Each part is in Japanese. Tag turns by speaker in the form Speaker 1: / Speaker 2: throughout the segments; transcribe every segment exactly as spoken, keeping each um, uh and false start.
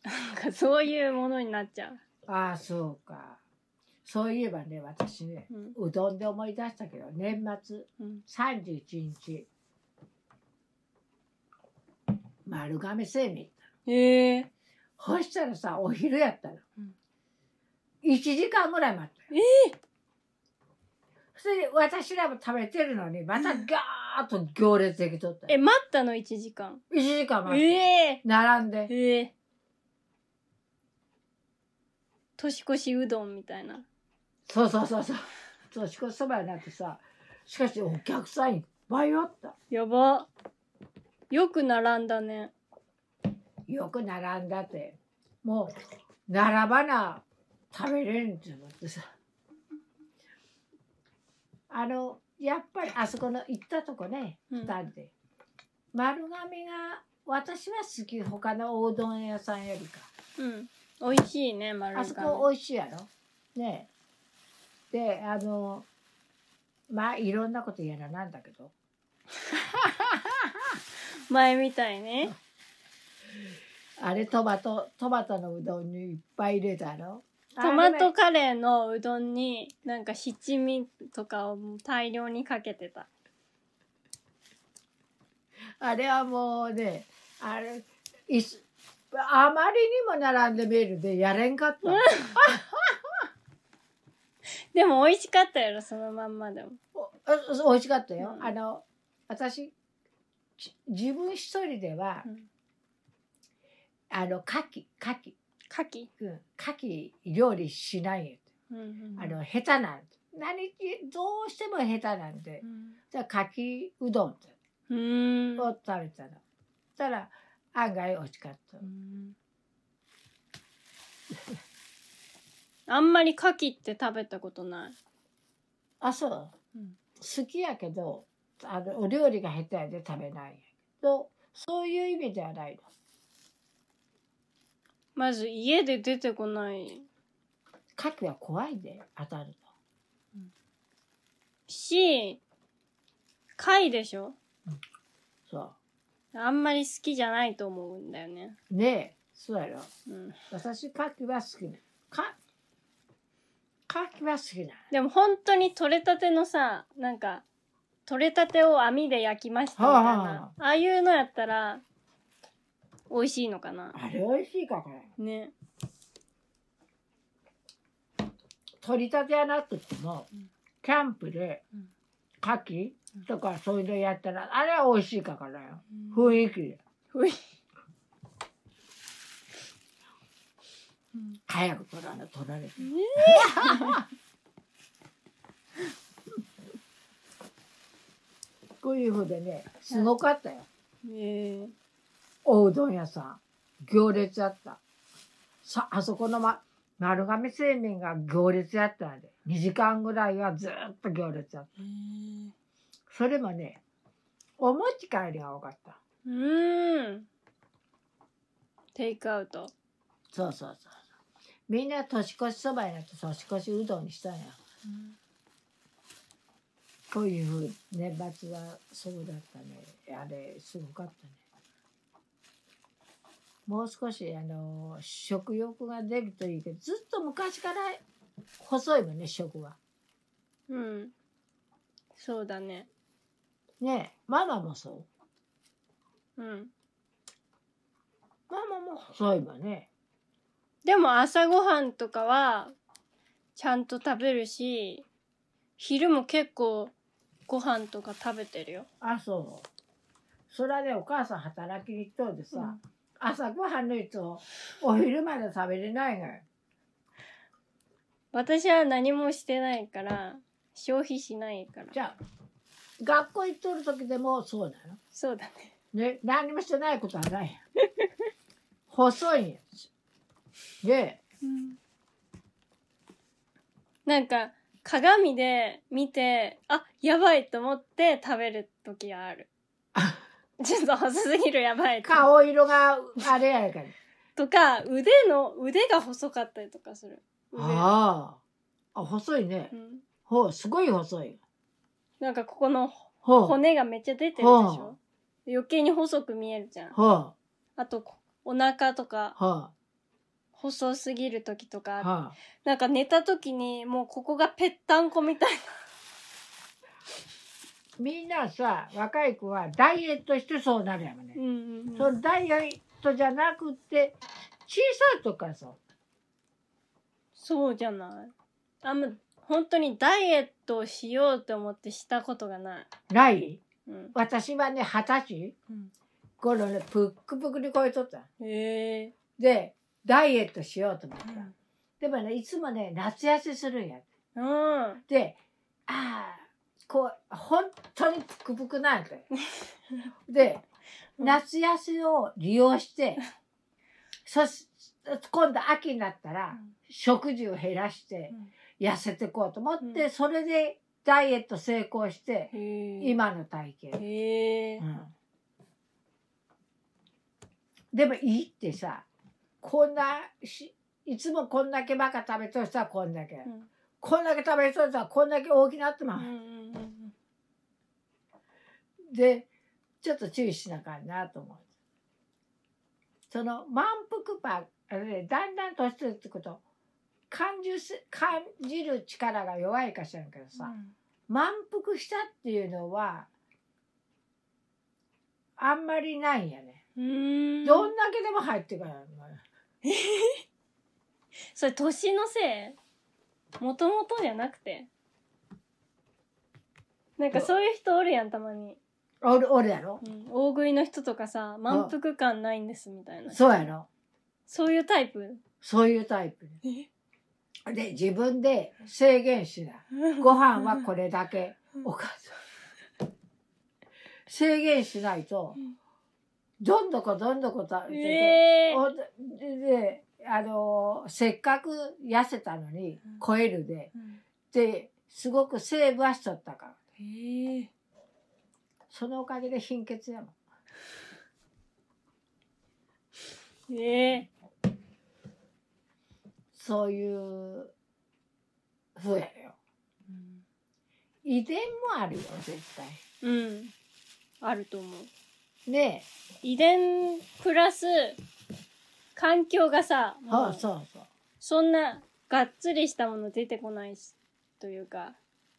Speaker 1: なんかそういうものになっちゃう。
Speaker 2: ああ、そうか。そういえばね、私ね、
Speaker 1: うん、
Speaker 2: うどんで思い出したけど、年末
Speaker 1: うん、
Speaker 2: さんじゅういちにち、丸亀製麺行ったの。
Speaker 1: ええ
Speaker 2: そしたらさ、お昼やったの。
Speaker 1: うん、
Speaker 2: いちじかんぐらい待ったよ。
Speaker 1: ええ
Speaker 2: それで私らも食べてるのに、またガーッと行列できとったよ。
Speaker 1: え、待ったのいちじかん。
Speaker 2: いちじかん待って、
Speaker 1: ええ
Speaker 2: 並んで。
Speaker 1: ええ年越しうどんみたいな。
Speaker 2: そうそうそうそう。年越しそばになってさ、しかしお客さんいっぱいおった。
Speaker 1: やば。よく並んだね。
Speaker 2: よく並んだって。もう、並ばな食べれんって思ってさ。あの、やっぱりあそこの行ったとこね、
Speaker 1: うん
Speaker 2: 二人で。丸亀が私は好き、他のおうどん屋さんよりか。
Speaker 1: うん。美味しいね、丸亀。
Speaker 2: あそこ美味しいやろねえ。で、あの、まあいろんなことやらなんだけど。
Speaker 1: 前みたいね。
Speaker 2: あれトマト、トマトのうどんにいっぱい入れたの。
Speaker 1: トマトカレーのうどんになんか七味とかを大量にかけてた。
Speaker 2: あれはもうね、あれ、いすあまりにも並んでみるでやれんかった。
Speaker 1: でも美味しかったやろ、そのまんまでも。
Speaker 2: おお美味しかったよ。
Speaker 1: うん
Speaker 2: あの、私、じ自分一人では、
Speaker 1: うん、
Speaker 2: あの、牡蠣、牡蠣、
Speaker 1: 牡蠣、
Speaker 2: うん、牡蠣料理しないよ。
Speaker 1: うんうん、
Speaker 2: あの、下手なんて。何、どうしても下手なんで。
Speaker 1: うん、
Speaker 2: じゃあ、牡蠣うどんって
Speaker 1: うーん、
Speaker 2: を食べたの。そしたら、案外美味しかった。
Speaker 1: うんあんまり牡蠣って食べたことない。
Speaker 2: あ、そう。
Speaker 1: うん
Speaker 2: 好きやけど、あの、お料理が下手やで食べないんやけど、そういう意味ではないの。
Speaker 1: まず家で出てこない。
Speaker 2: 牡蠣は怖いで、当たると。
Speaker 1: し、貝でしょ？
Speaker 2: そ
Speaker 1: あんまり好きじゃないと思うんだよね。
Speaker 2: う。ねえ、そうやろ。
Speaker 1: うん、
Speaker 2: 私、牡蠣は好きな。か、牡蠣は好きな。
Speaker 1: でも本当に取れたてのさ、なんか、取れたてを網で焼きましたみたいな、
Speaker 2: はあはあ、
Speaker 1: ああいうのやったら、美味しいのかな。
Speaker 2: あれ美味しいかこれ。
Speaker 1: ね。
Speaker 2: 取り立てやなくても、
Speaker 1: うん
Speaker 2: キャンプで
Speaker 1: うん
Speaker 2: 牡蠣とかそういうのやったら、あれは美味しいかからよ。
Speaker 1: うん
Speaker 2: 雰囲気で。
Speaker 1: ふい。うん
Speaker 2: 早く取らな、取られて。
Speaker 1: ね
Speaker 2: こういうふうでね、すごかったよ。
Speaker 1: えね
Speaker 2: おうどん屋さん。行列やった。さ、あそこのま、丸亀製麺が行列やったんで、にじかんぐらいはずーっと行列やった。
Speaker 1: えー
Speaker 2: それもね、お持ち帰りが多かった。
Speaker 1: うーん。テイクアウト。
Speaker 2: そうそうそう。みんな年越しそばになって年越しうどんにしたんや。こういうふう年末はそうだったね。あれ、すごかったね。もう少し、あの、食欲が出るといいけど、ずっと昔から細いもんね、食は。
Speaker 1: うん。そうだね。
Speaker 2: ねえ、ママもそう
Speaker 1: うん。
Speaker 2: ママも細いもんね。
Speaker 1: でも朝ごはんとかはちゃんと食べるし、昼も結構ご飯とか食べてるよ。
Speaker 2: あ、そう。それはね、お母さん働きに行っとんでさ、
Speaker 1: うん、
Speaker 2: 朝ごはん抜いとお昼まで食べれないのよ。
Speaker 1: 私は何もしてないから消費しないから。
Speaker 2: じゃあ、学校行っとる時でもそうなの
Speaker 1: そうだね。
Speaker 2: ね、何もしてないことはないやん。細いんやつ。で、
Speaker 1: うん、なんか鏡で見て、あ、やばいと思って食べる時がある。ちょっと細すぎる、やばいと。
Speaker 2: 顔色があれやから。
Speaker 1: とか、腕の、腕が細かったりとかする。腕
Speaker 2: ああ。あ、細いね。
Speaker 1: うん、
Speaker 2: ほう、すごい細い。
Speaker 1: なんかここの
Speaker 2: ほう。
Speaker 1: 骨がめっちゃ出てるでし
Speaker 2: は
Speaker 1: ょ。余計に細く見えるじゃん。
Speaker 2: ほう。
Speaker 1: あと、お腹とか、
Speaker 2: ほう。
Speaker 1: 細すぎる時とか、
Speaker 2: はあ、
Speaker 1: なんか寝た時にもうここがぺったんこみたいな。
Speaker 2: みんなさ、若い子はダイエットしてそうなるやもんね。
Speaker 1: うんうんうん、
Speaker 2: そのダイエットじゃなくて小さい時からさ。
Speaker 1: そうじゃない。あんま本当にダイエットをしようと思ってしたことがない。
Speaker 2: ない、
Speaker 1: うん、
Speaker 2: 私はね、二十歳、うん、頃ね、ぷっくぷくに超えとった。
Speaker 1: へえ。
Speaker 2: で、ダイエットしようと思った。うん、でもね、いつもね、夏痩せするんや。うん、で、ああ、こう、本当にぷくぷくなんやて。で、夏痩せを利用して、そし今度秋になったら、食事を減らして、痩せていこうと思って、うん、それでダイエット成功して、今の体型。へー、うん、でもいいってさ、こんなし、いつもこんだけばっか食べとる人はこんだけ、うん、こんだけ食べる人はこんだけ大きなってまう、うんうんうん、でちょっと注意しなあかんなと思う。その満腹パン、ね、だんだん年取ってくと感じす感じる力が弱いかしらんけどさ、うん、満腹したっていうのはあんまりないんやね。うーん、どんだけでも入ってから
Speaker 1: それ年のせい？もともとじゃなくて？なんかそういう人おるやん、たまに。
Speaker 2: おるおるやろ、
Speaker 1: うん、大食いの人とかさ、満腹感ないんですみたいな。
Speaker 2: そうやろ。そう
Speaker 1: いうタイプ？
Speaker 2: そういうタイプで、自分で制限しない。ご飯はこれだけおかず制限しないとどんどこどんどこ食べて、えー、であのせっかく痩せたのに超えるで、うん、ですごくセーブはしとったから、えー、そのおかげで貧血やもん。えー、そういうふうやよ、うん、遺伝もあるよ絶対。
Speaker 1: うん、あると思う
Speaker 2: ね
Speaker 1: え。遺伝プラス環境がさ、
Speaker 2: もうそうそうそう、
Speaker 1: そんながっつりしたもの出てこないしというか、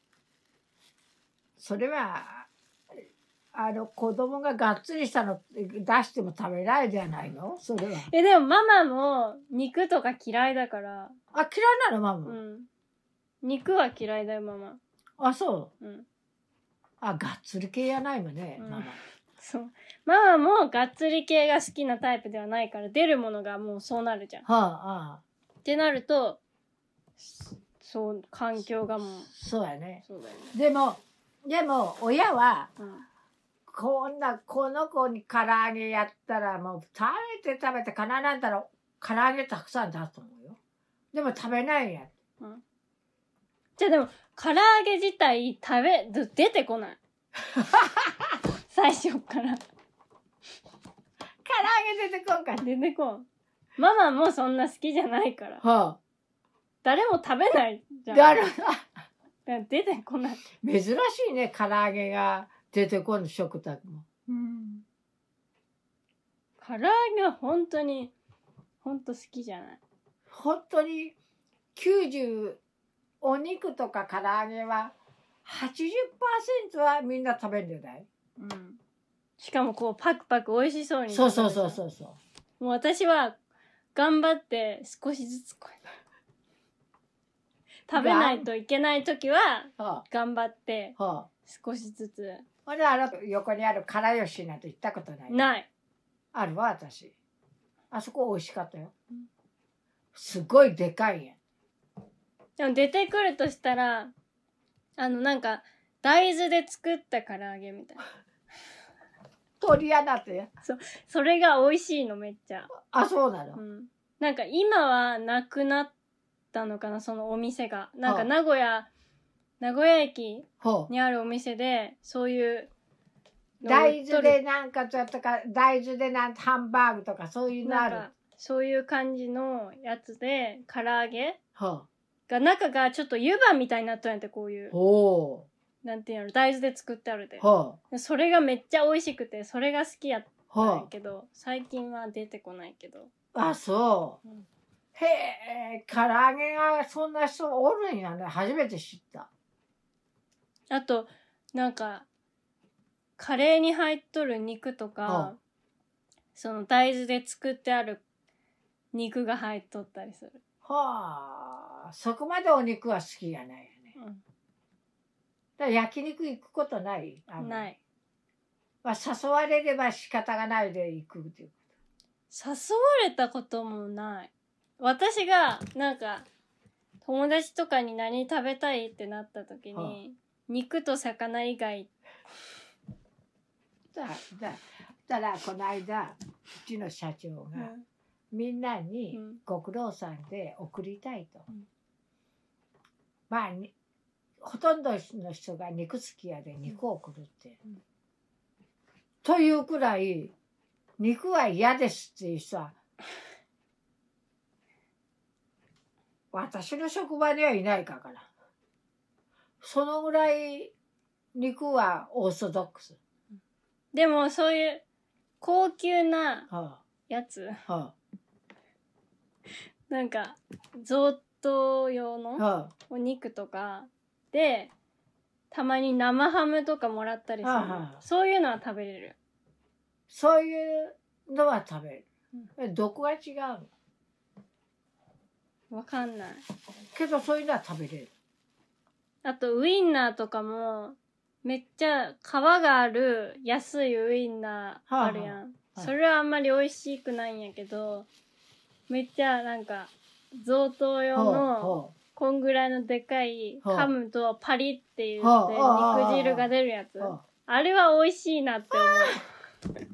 Speaker 2: それはあの子供ががっつりしたの出しても食べないじゃないのそれは。
Speaker 1: えでもママも肉とか嫌いだから。
Speaker 2: あ、嫌いなのママ？うん。
Speaker 1: 肉は嫌いだよママ。
Speaker 2: あ、そう。うん。あ、がっつり系やないもんね、うん、ママ。
Speaker 1: そう。ママもがっつり系が好きなタイプではないから、出るものがもうそうなるじゃん。はあ、ああ。ってなると、そう、環境がもう。
Speaker 2: そうやね。そうだよね。でも、でも、親は、うん、こんな、この子に唐揚げやったら、もう食べて食べて、かななんだろう、唐揚げたくさん出すと思うよ。でも食べないやん。うん、
Speaker 1: じゃあでも、唐揚げ自体食べ、出てこない。最初から。唐揚
Speaker 2: げ出てこんか
Speaker 1: 出てこん。ママもそんな好きじゃないから。はあ、誰も食べないじゃん。だから出てこない。
Speaker 2: 珍しいね、唐揚げが出てこん食卓も。うん。
Speaker 1: 唐揚げは本当に、本当好きじゃない。
Speaker 2: 本当にきゅうじゅう、お肉とか唐揚げははちじゅっパーセント はみんな食べるんじゃない？うん。
Speaker 1: しかもこうパクパク美味しそうに
Speaker 2: 食べる。そうそうそうそう。
Speaker 1: もう私は頑張って少しずつこう食べないといけない時は頑張って少しずつ。
Speaker 2: ほんであの横にあるからよしなんて行ったことない？
Speaker 1: ない。
Speaker 2: あるわ私。あそこ美味しかったよ。すごいでかいやん。
Speaker 1: でも出てくるとしたらあのなんか大豆で作った唐揚げみたいな。
Speaker 2: 鳥屋だって。
Speaker 1: そう、それが美味しいのめっちゃ。
Speaker 2: あ、そうなの。
Speaker 1: うん。なんか今はなくなったのかなそのお店が。なんか名古屋、はあ、名古屋駅にあるお店でそういう
Speaker 2: 大豆でなんかちょっとか大豆でなんハンバーグとかそういうのある。
Speaker 1: そういう感じのやつで唐揚げ。はあが中がちょっと湯葉みたいになったんやって、こういうおなんていうの大豆で作ってあるで、はあ、それがめっちゃ美味しくてそれが好きやったんやけど、はあ、最近は出てこないけど。
Speaker 2: あ、そう、うん、 へえ、唐揚げがそんな人おるんやね。初めて知った。
Speaker 1: あとなんかカレーに入っとる肉とか、その大豆で作ってある肉が入っとったりする。
Speaker 2: はあ、そこまでお肉は好きじゃないよね。うん、だから焼肉行くことない？
Speaker 1: ない。
Speaker 2: まあ、誘われれば仕方がないで行くっていうこと。
Speaker 1: 誘われたこともない。私がなんか友達とかに何食べたいってなった時に、はあ、肉と魚以外
Speaker 2: だだだからこの間うちの社長が、うん、みんなにご苦労さんで送りたいと、うん、まあほとんどの人が肉付き屋で肉を送るって、うん、というくらい肉は嫌ですっていう人は私の職場にはいないから、そのぐらい肉はオーソドックス。
Speaker 1: でもそういう高級なやつ、はあはあ、なんか贈答用のお肉とかでたまに生ハムとかもらったりする、はあはあ、そういうのは食べれる。
Speaker 2: そういうのは食べる、うん、どこが違うの？
Speaker 1: わかんない
Speaker 2: けどそういうのは食べれる。
Speaker 1: あとウインナーとかもめっちゃ皮がある安いウインナーあるやん、はあはあ、それはあんまり美味しくないんやけど、めっちゃなんか贈答用のこんぐらいのでかい噛むとパリって言って肉汁が出るやつ、あれは美味しいなって思う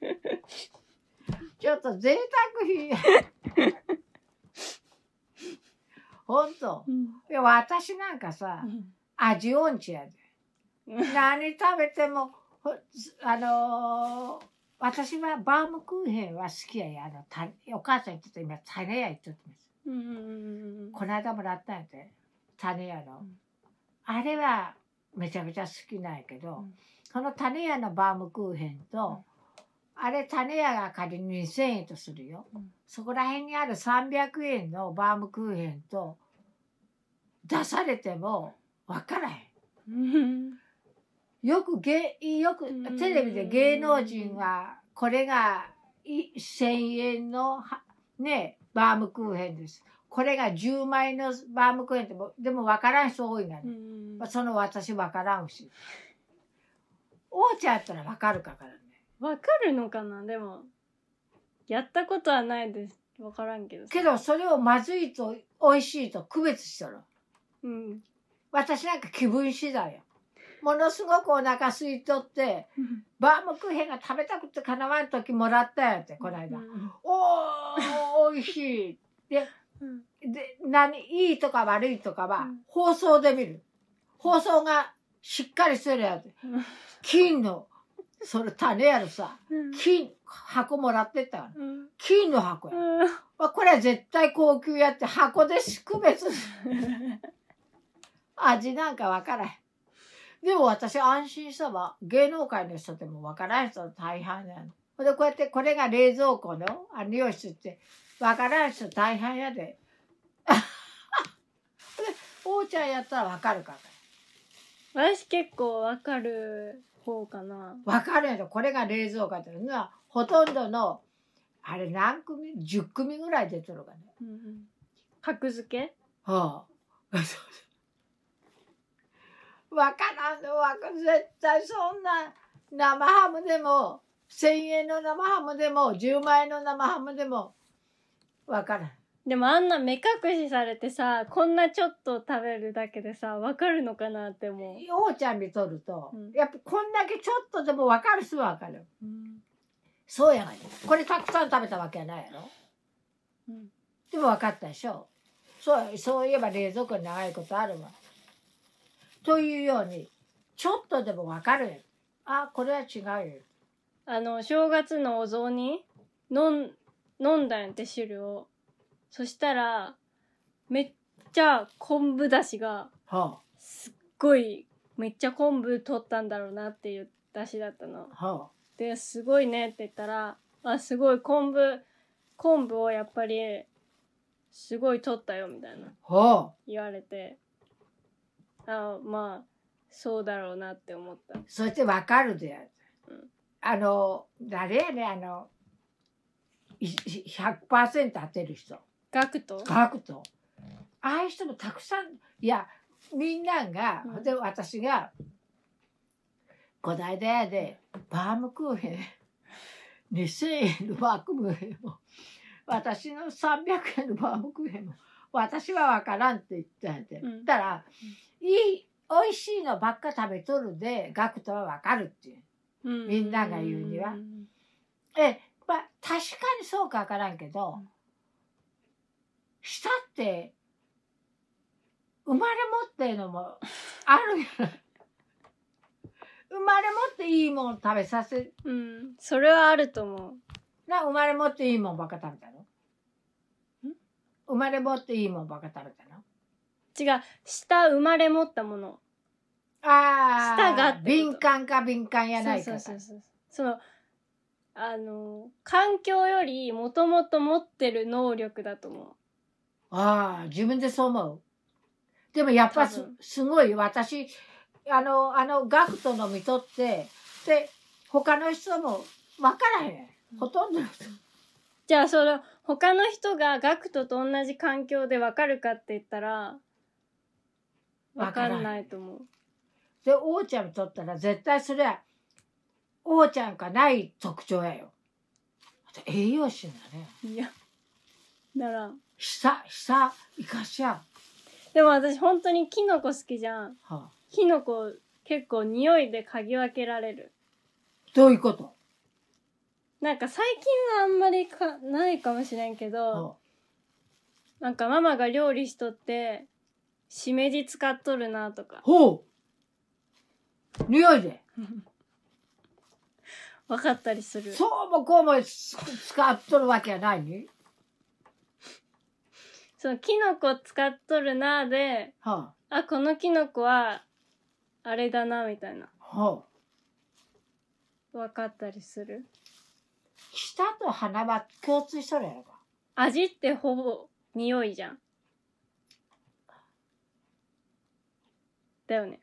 Speaker 2: ちょっと贅沢品ほんと、うん、いや私なんかさ、うん、味音痴やで何食べてもあのー、私はバームクーヘンは好きやや。あのたお母さん言ってた今種屋行っとってます、うんうんうん、この間もらったんやで種屋の、うん、あれはめちゃめちゃ好きなんやけど、うん、この種屋のバームクーヘンと、うん、あれ種屋が仮ににせんえんとするよ、うん、そこら辺にあるさんびゃくえんのバームクーヘンと出されても分からへんよくげよくテレビで芸能人はこれがせんえんのねバームクーヘンです。これがじゅうまいのバームクーヘンってでも分からん人多いがね。その私分からんし。おうちゃんやったら分かるかからね。
Speaker 1: 分かるのかな。でもやったことはないです。分からんけど。
Speaker 2: けどそれをまずいと美味しいと区別したら。うん。私なんか気分次第や。ものすごくお腹空いとってバームクーヘンが食べたくてかなわん時もらったやってこの間、うん、おーおいしいで、うん、で何いいとか悪いとかは、うん、放送で見る放送がしっかりしてるやつ、うん、金のそれ種やるさ、うん、金箱もらってったから、うん、金の箱や、うん、これは絶対高級やって箱で区別味なんかわからへん。でも私安心したわ。芸能界の人でも分からん人の大半やの。でこうやってこれが冷蔵庫のあの用室って分からん人大半やで。でおうちゃんやったら分かるから。
Speaker 1: 私結構分かる方かな。
Speaker 2: 分かるやろ。これが冷蔵庫っていうのはほとんどのあれ何組じゅっ組ぐらい出てるかね。うんうん、
Speaker 1: 格付け？
Speaker 2: はあ。わからんのわか絶対そんな生ハムでもせんえんの生ハムでもじゅうまいの生ハムでもわからん。
Speaker 1: でもあんな目隠しされてさこんなちょっと食べるだけでさわかるのかなって思う。
Speaker 2: おうちゃん見とると、うん、やっぱこんだけちょっとでもわかる人はわかる、うん、そうやがね。これたくさん食べたわけやないやろ、うん、でもわかったでしょ。そうそういえば冷蔵庫に長いことあるわというようにちょっとでも分かるよ。あ、これは違うよ。
Speaker 1: あの正月のお雑煮飲ん飲んだんやって汁を。そしたらめっちゃ昆布だしがすっごいめっちゃ昆布取ったんだろうなっていうだしだったの。はあ、ですごいねって言ったらあすごい昆布昆布をやっぱりすごい取ったよみたいな
Speaker 2: ほう
Speaker 1: 言われて、あまあそうだろうなって思った。
Speaker 2: そして分かるでやる、
Speaker 1: うん、
Speaker 2: あの誰やねあの ひゃくパーセント 当てる人、
Speaker 1: ガクト
Speaker 2: ガクトああいう人もたくさん、いやみんなが、うん、で私がこないだやでバームクーヘンにせんえんのバームクーヘンも私のさんびゃくえんのバームクーヘンも私は分からんって言ったんやて、うん、だから、うん、いい美味しいのばっか食べとるでガクトは分かるっていう、うん、みんなが言うには、うん、えまあ確かにそうか分からんけど、うん、舌って生まれ持ってるのもあるよ生まれ持っていいもん食べさせ、
Speaker 1: うん、それはあると思う。
Speaker 2: な生まれ持っていいもんばっか食べたの？生まれ持っていいもんばっか食べたの？
Speaker 1: 違う、舌生まれ持ったもの。
Speaker 2: ああ、舌が敏感か敏感やないか。
Speaker 1: そうそうそうそう。そのあの環境よりもともと持ってる能力だと思う。
Speaker 2: ああ、自分でそう思う。でもやっぱ す, すごい私あのあのガクトの見とってで他の人も分からへん、うん、ほとんどの人。
Speaker 1: じゃあその他の人がガクトと同じ環境で分かるかって言ったら分かんないと思う。
Speaker 2: で王ちゃんにとったら絶対それは王ちゃんかない特徴やよ。栄養士だね。
Speaker 1: いやだから
Speaker 2: 久々生かしゃ。
Speaker 1: でも私本当にキノコ好きじゃん、はあ、キノコ結構匂いで嗅ぎ分けられる。
Speaker 2: どういうこと？
Speaker 1: なんか最近はあんまりかないかもしれんけど、はあ、なんかママが料理しとってしめじ使っとるなとか。
Speaker 2: ほう匂いで
Speaker 1: 分かったりする。
Speaker 2: そうもこうも使っとるわけやないに。
Speaker 1: そのキノコ使っとるなで、はあ、あこのキノコはあれだなみたいな、はあ、分かったりする。
Speaker 2: 舌と鼻は共通しとるやろか。
Speaker 1: 味ってほぼ匂いじゃん。だよね。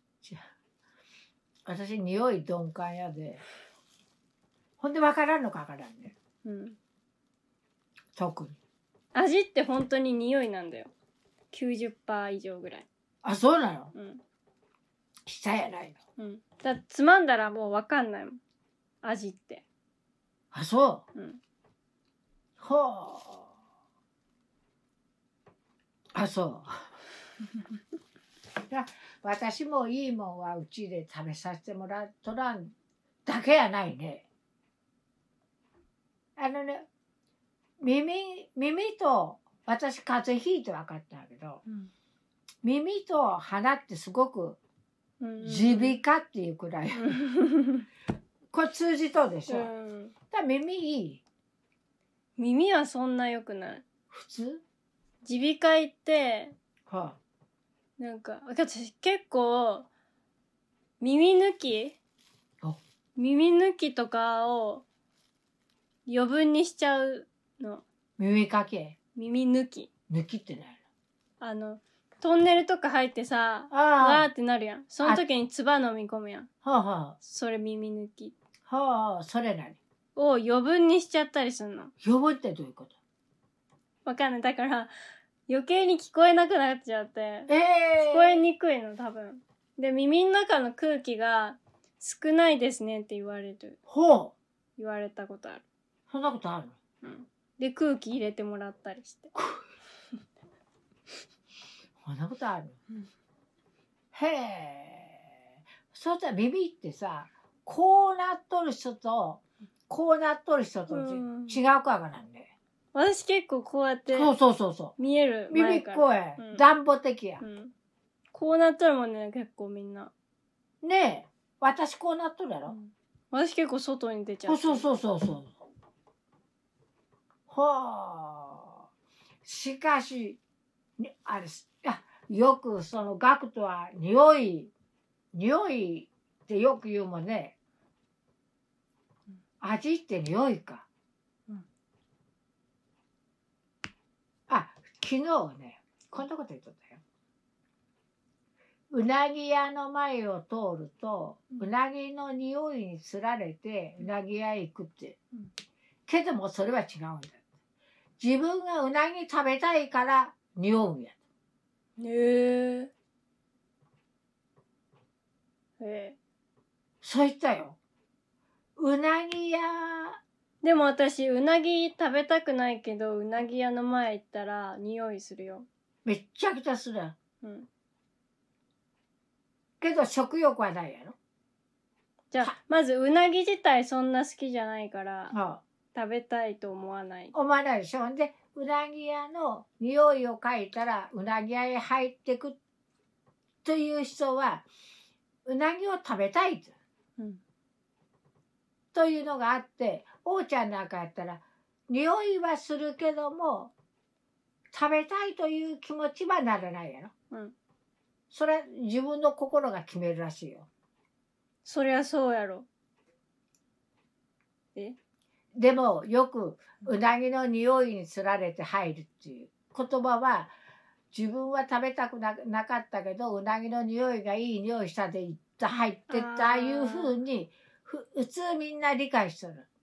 Speaker 2: 私匂い鈍感やで。ほんで分からんのか分からんね。うん。特に。
Speaker 1: 味って本当に匂いなんだよ。きゅうじゅっパーセント 以上ぐらい。
Speaker 2: あ、そうなの？うん。舌やない
Speaker 1: の。うん。だつまんだらもう分かんないもん。味って。
Speaker 2: あ、そう。うん。ほう。あ、そう。私もいいもんはうちで食べさせてもらっとらんだけやないね。あのね、耳、耳と、私風邪ひいて分かったんだけど、うん、耳と鼻ってすごく耳鼻科っていうくらい、うん、これ通じとるでしょ。うん、だから耳いい？
Speaker 1: 耳はそんな良くない。
Speaker 2: 普通？
Speaker 1: 耳鼻科行って、はあ、なんか私結構耳抜き耳抜きとかを余分にしちゃうの。
Speaker 2: 耳かけ？
Speaker 1: 耳抜き。
Speaker 2: 抜きってないの？
Speaker 1: あのトンネルとか入ってさ、わーってなるやん。その時に唾飲み込むやん。はあはあ、それ耳抜き。
Speaker 2: はあ、それ何？
Speaker 1: を余分にしちゃったりするの。
Speaker 2: 余分ってどういうこと？
Speaker 1: わかんない。だから余計に聞こえなくなっちゃって、えー、聞こえにくいの多分。で耳の中の空気が少ないですねって言われる。ほう。言われたことある。
Speaker 2: そんなことある？
Speaker 1: うん。で空気入れてもらったりして。
Speaker 2: そんなことある？うん、へえ。そうしたら耳ってさ、こうなっとる人とこうなっとる人と違うかわからんね。
Speaker 1: 私結構こうやって
Speaker 2: そうそうそうそう
Speaker 1: 見える
Speaker 2: 前から耳声、うん、暖房的や、うん、
Speaker 1: こうなっとるもんね。結構みんな
Speaker 2: ねえ。私こうなっとるやろ、うん、
Speaker 1: 私結構外に出ちゃう。
Speaker 2: そうそうそうそう。はあ。しかしあれあよくそのガクトは匂い匂いってよく言うもんね。味って匂いか。うん、あ昨日ねこんなこと言っとったよ。うなぎ屋の前を通ると、うなぎの匂いにつられてうなぎ屋へ行くって、うん、けどもそれは違うんだ。自分がうなぎ食べたいから匂うんや。
Speaker 1: へえ。へえ。
Speaker 2: そう言ったよ。うなぎ屋。
Speaker 1: でも私うなぎ食べたくないけどうなぎ屋の前行ったら匂いするよ。
Speaker 2: めっちゃくちゃする。
Speaker 1: うん。
Speaker 2: けど食欲はないやろ。
Speaker 1: じゃあまずうなぎ自体そんな好きじゃないから、ああ食べたいと思わない。
Speaker 2: 思わないでしょ。でうなぎ屋の匂いを嗅いだらうなぎ屋へ入ってくという人はうなぎを食べたいと、うん、というのがあって、おうちゃんなんかやったら匂いはするけども食べたいという気持ちはならないやろ。うん、それは自分の心が決めるらしいよ。
Speaker 1: そりゃそうやろ。
Speaker 2: えでもよくうなぎの匂いにつられて入るっていう言葉は自分は食べたく な, なかったけどうなぎの匂いがいい匂いしたでいった入ってったいうふうにふ普通みんな理解してる。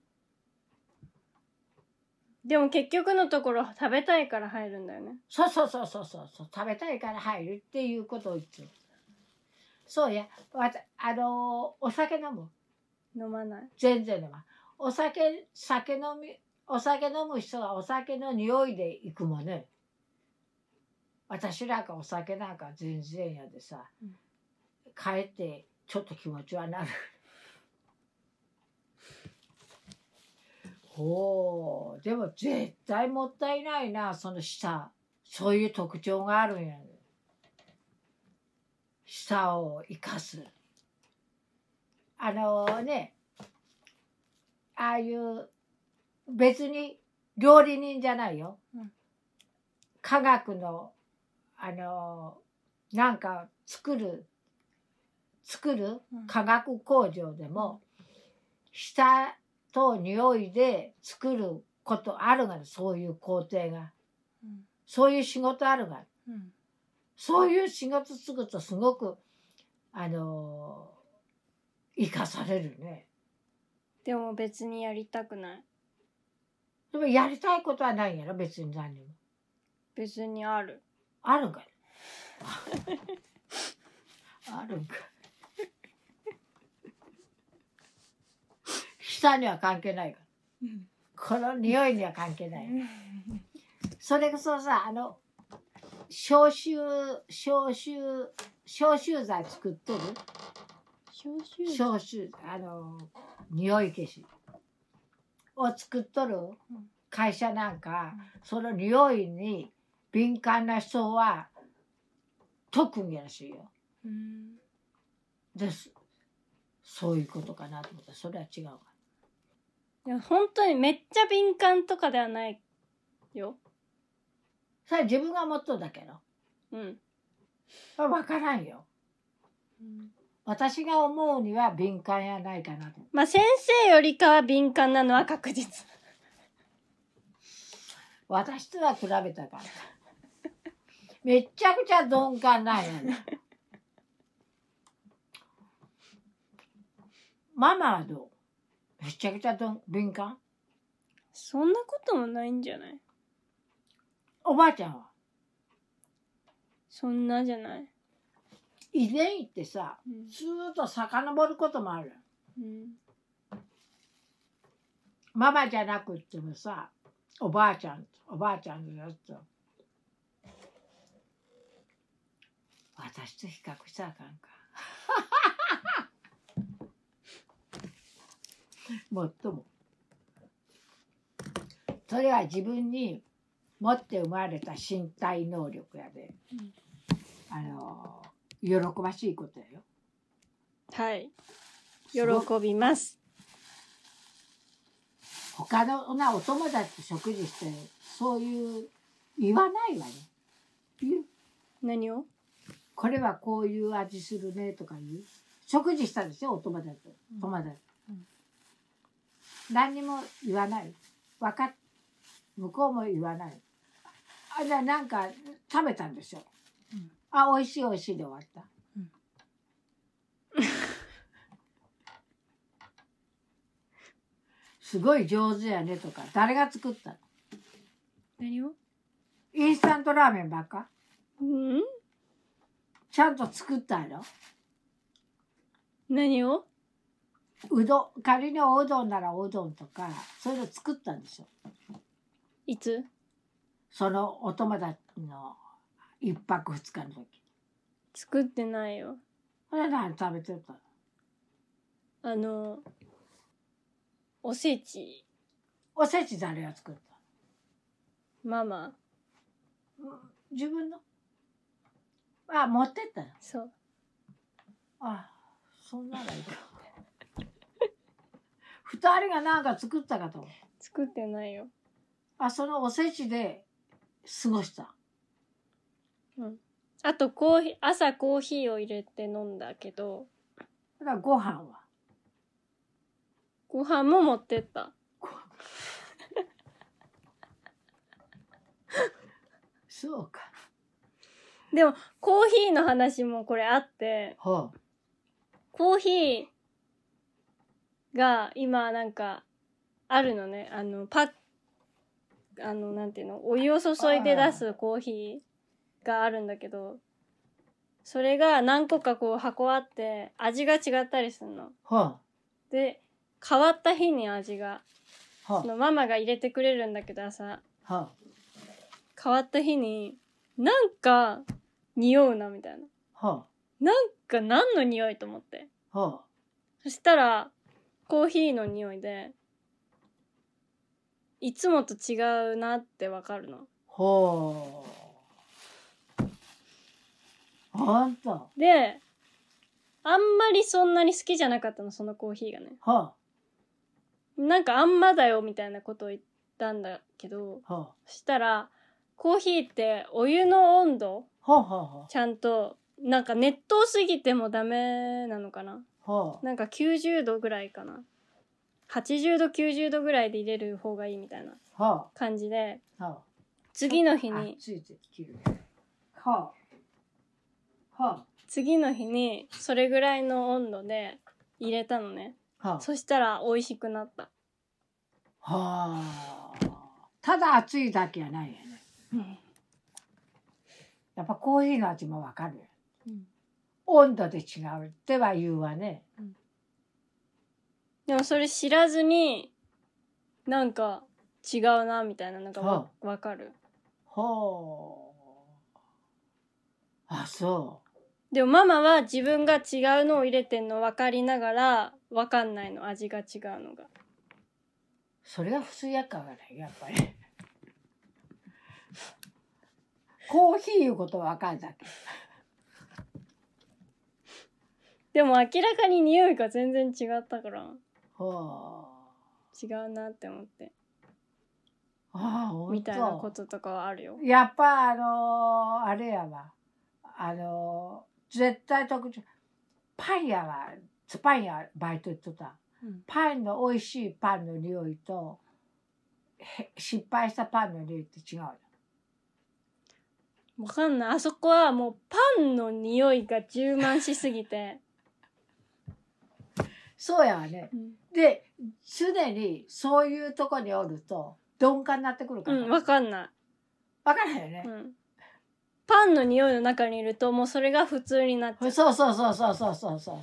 Speaker 1: でも結局のところ食べたいから入るんだよね。
Speaker 2: そうそうそうそうそうそう食べたいから入るっていうことを言ってる。そうやわたあのお酒飲む？
Speaker 1: 飲まない。
Speaker 2: 全然飲まない。お酒酒飲みお酒飲む人はお酒の匂いで行くもんね。私なんかお酒なんか全然やでさ、うん、帰ってちょっと気持ちはなる。ほうでも絶対もったいないなその舌。そういう特徴があるんや。舌を生かす。あのねああいう別に料理人じゃないよ、うん、科学のあのなんか作る作る化学工場でも、うん、舌と匂いで作ることあるがそういう工程が、うん、そういう仕事あるが、うん、そういう仕事するとすごくあの生かされるね。
Speaker 1: でも別にやりたくない。
Speaker 2: でもやりたいことはないんやろ別に何も。
Speaker 1: 別にある。
Speaker 2: あるんかい。あるんかい。舌には関係ないから。うん、この匂いには関係ない。それこそさあの消臭消臭消臭剤作ってる？
Speaker 1: 消臭
Speaker 2: 消臭あの匂い消しを作っとる会社なんか、うん、その匂いに敏感な人は特にらしいよ。うん、ですそういうことかなと思ったらそれは違うわ。
Speaker 1: いや本当にめっちゃ敏感とかではないよ。
Speaker 2: それは自分が持っとるだけど。うん。分からんよ。うん、私が思うには敏感やないかなと。
Speaker 1: まあ先生よりかは敏感なのは確実。
Speaker 2: 私とは比べたから。めっちゃくちゃ鈍感なんやね。ママはどう？めちゃくちゃど敏感？
Speaker 1: そんなこともないんじゃない？
Speaker 2: おばあちゃんは？
Speaker 1: そんなじゃない。
Speaker 2: 以前行ってさ、うん、ずーっと遡ることもある、うん、ママじゃなくってもさおばあちゃんおばあちゃんのやつと私と比較したらあかんかもっともそれは自分に持って生まれた身体能力やで、うん、あの喜ばしいことやよ。
Speaker 1: はい喜びます。
Speaker 2: 他のなお友達と食事してそういう言わないわね。言う？
Speaker 1: 何を？
Speaker 2: これはこういう味するねとか言う？食事したでしょお友達と友達、うんうん、何にも言わない。分かっ向こうも言わない。 あ、じゃあなんか食べたんでしょ。うん、あ、美味しい美味しいで終わった。うん、すごい上手やねとか、誰が作ったの？
Speaker 1: 何を？
Speaker 2: インスタントラーメンばっか？
Speaker 1: うん？
Speaker 2: ちゃんと作ったの？
Speaker 1: 何を？
Speaker 2: うどん、仮におうどんならおうどんとか、そういうの作ったんでしょ。
Speaker 1: いつ？
Speaker 2: そのお友達の一泊二日の時。
Speaker 1: 作ってないよ。
Speaker 2: あれ何食べてたの？
Speaker 1: あの、おせち。
Speaker 2: おせち誰が作った
Speaker 1: の？ママ。
Speaker 2: 自分の？あ、持ってったよ。
Speaker 1: そう。
Speaker 2: あ、そんならいいか。二人がなんか作ったかと。
Speaker 1: 作ってないよ。
Speaker 2: あ、そのおせちで過ごした。
Speaker 1: うん。あとコーヒー、朝コーヒーを入れて飲んだけど。
Speaker 2: だからご飯は？
Speaker 1: ご飯も持ってった。
Speaker 2: そうか。
Speaker 1: でもコーヒーの話もこれあって、はあ、コーヒーが今なんかあるのね。あのパッあのなんていうの、お湯を注いで出すコーヒーがあるんだけど、それが何個かこう箱あって味が違ったりするの。はあ、で変わった日に味が、はあ、そのママが入れてくれるんだけど朝、はあ、変わった日になんか匂うなみたいな、はあ、なんか何の匂いと思って、はあ、そしたらコーヒーの匂いで、いつもと違うなってわかるの。はあ。ほんと。で、あんまりそんなに好きじゃなかったの、そのコーヒーがね。はあ。なんかあんまだよみたいなことを言ったんだけど、はあ、そしたらコーヒーってお湯の温度、はあはあ、ちゃんとなんか熱湯すぎてもダメなのかな、はあ、なんかきゅうじゅうどぐらいかな、はちじゅうどきゅうじゅうどぐらいで入れる方がいいみたいな感じで、はあ、次の日にはあ、はあ、次の日にそれぐらいの温度で入れたのね、はあ、そしたら美味しくなった。
Speaker 2: はあ、ただ熱いだけやないよね、うん、やっぱコーヒーの味もわかるよ、うん、温度で違うっては言うわね、うん、
Speaker 1: でもそれ知らずになんか違うなみたいなのが わ,、はあ、わかる。は
Speaker 2: あ。あ、そう。
Speaker 1: でもママは自分が違うのを入れてんの分かりながら分かんないの、味が違うのが。
Speaker 2: それが普通やからね、やっぱり。コーヒーいうことは分かるだけ。
Speaker 1: でも明らかに匂いが全然違ったから。はあ。違うなって思って。ああ、みたいなこととかはあるよ。
Speaker 2: やっぱあのー、あれやわ。あのー、絶対特徴。パン屋は、パン屋バイト行っとった。うん、パンの美味しいパンの匂いと、失敗したパンの匂いって違うよ。
Speaker 1: わかんない。あそこはもうパンの匂いが充満しすぎて。
Speaker 2: そうやわね、うん、で常にそういうとこにおると鈍感になってくるから。
Speaker 1: うん、わかんない。
Speaker 2: わかんないよね、うん、
Speaker 1: パンの匂いの中にいるともうそれが普通になっちゃう。
Speaker 2: そうそうそうそうそうそうそう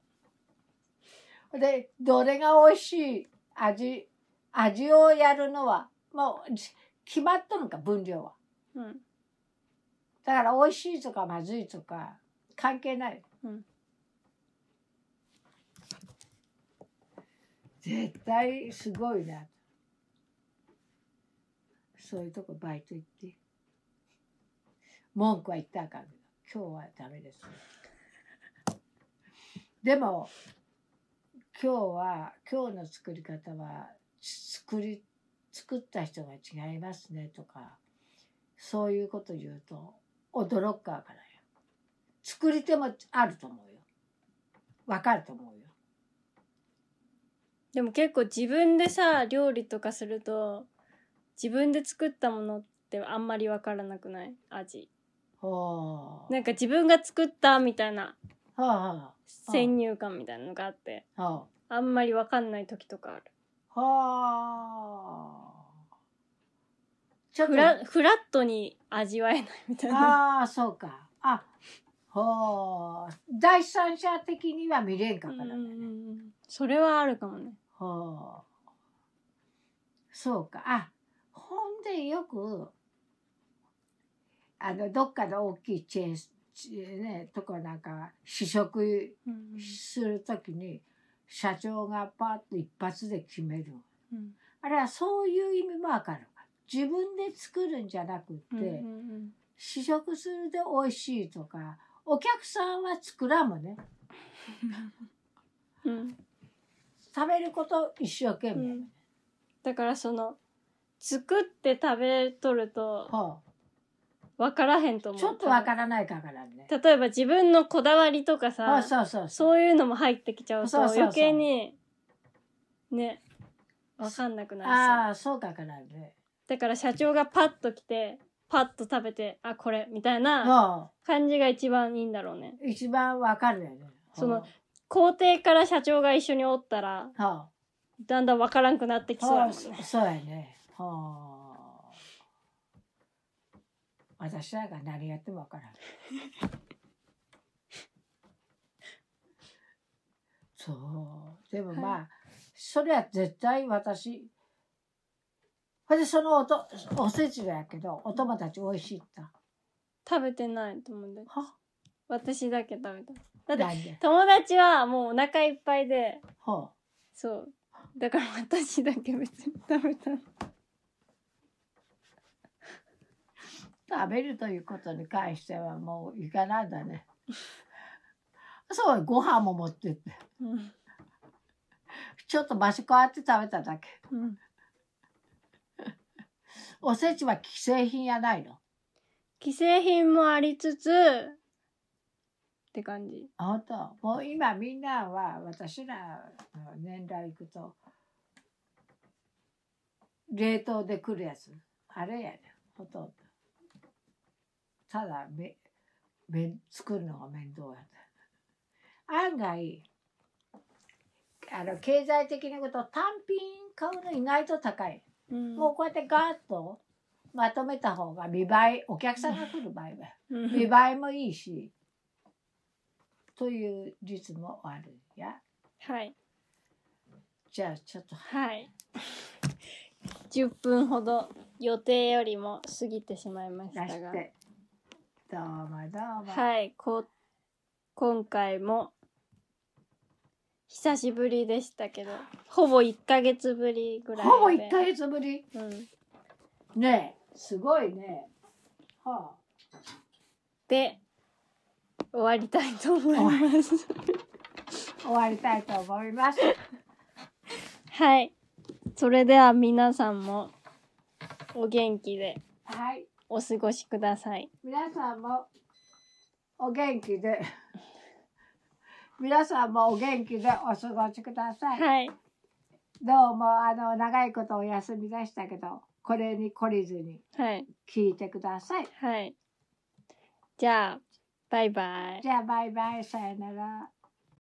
Speaker 2: そうで、どれが美味しい味味をやるのはもう決まっとるか、分量は、うん、だから美味しいとかまずいとか関係ない、うん、絶対すごいな。そういうとこバイト行って文句は言ったらあかんけど、今日はダメです。でも今日は今日の作り方は作り作った人が違いますねとか、そういうこと言うと驚くからよ。作り手もあると思うよ。わかると思うよ。
Speaker 1: でも結構自分でさ料理とかすると自分で作ったものっってあんまりわからなくない？味。
Speaker 2: はあ。
Speaker 1: なんか自分が作ったみたいな
Speaker 2: はあはあ。
Speaker 1: 先入観みたいなのがあって、はあ、あんまりわかんない時とかある。はあ。ちょっとフラフラットに味わえないみたいな。
Speaker 2: ああ、そうか。あ、はあ。第三者的には見れんかからね。うん、
Speaker 1: それはあるかもね。
Speaker 2: はあ。そうか。あ、ほんでよくあのどっかの大きいチェーンねとこなんか試食するときに社長がパッと一発で決める。うん、あれはそういう意味もわかる。自分で作るんじゃなくって、うんうんうん、試食するで美味しいとか、お客さんは作らんもね。うん、食べること一生懸命、うん。
Speaker 1: だからその作って食べとると、はあ、分からへんと思う。
Speaker 2: ちょっと分からないかからね。
Speaker 1: 例えば自分のこだわりとかさ、はあ、そうそうそう、そういうのも入ってきちゃうと、そうそうそう、余計にね分かんなくなる。
Speaker 2: ああ、そうかからね。
Speaker 1: だから社長がパッと来てパッと食べて、あこれみたいな感じが一番いいんだろうね。
Speaker 2: 一番分かるよね。
Speaker 1: その工程から社長が一緒におったら、はあ、だんだん分からんくなってきそうだもんね。
Speaker 2: はあ、そうやね。はあ、私らが何やっても分からん。そうでもまあ、はい、それは絶対私ほんでそのおとおせちだやけどお友達美味しいった。
Speaker 1: 食べてないと思うんだ。は私だけ食べた。だって友達はもうお腹いっぱいで、はあ、そうだから私だけ別に食べた。
Speaker 2: 食べるということに関してはもういかないんだね。そうご飯も持ってって、うん、ちょっと場所変わって食べただけ。うん、おせちは既製品やないの？
Speaker 1: 既製品もありつつって感じ。
Speaker 2: あ、本当。もう今みんなは私らの年代いくと冷凍で来るやつあれやねほとんど。ただめめ作るのが面倒やった。案外あの経済的なこと単品買うの意外と高い。うん、もうこうやってガーッとまとめた方が見栄え、お客さんが来る場合は見栄えもいいしという実もあるや。はい。じゃあちょっと
Speaker 1: はいじゅっぷんほど予定よりも過ぎてしまいましたが、
Speaker 2: どうもどうも。
Speaker 1: はいこ今回も久しぶりでしたけど、ほぼいっかげつぶりぐらいで。
Speaker 2: ほぼいっかげつぶり、うん、ねえすごいね、はあ、
Speaker 1: で終わりたいと思います
Speaker 2: 終わりたいと思います。
Speaker 1: はい、それでは皆さんもお元気でお過ごしください。はい、
Speaker 2: 皆さんもお元気で皆さんもお元気でお過ごしください。はい。どうもあの長いことお休みでしたけど、これに懲りずに聞いてください。
Speaker 1: はい。じゃあバイバイ。
Speaker 2: じゃあバイバイ、さよなら。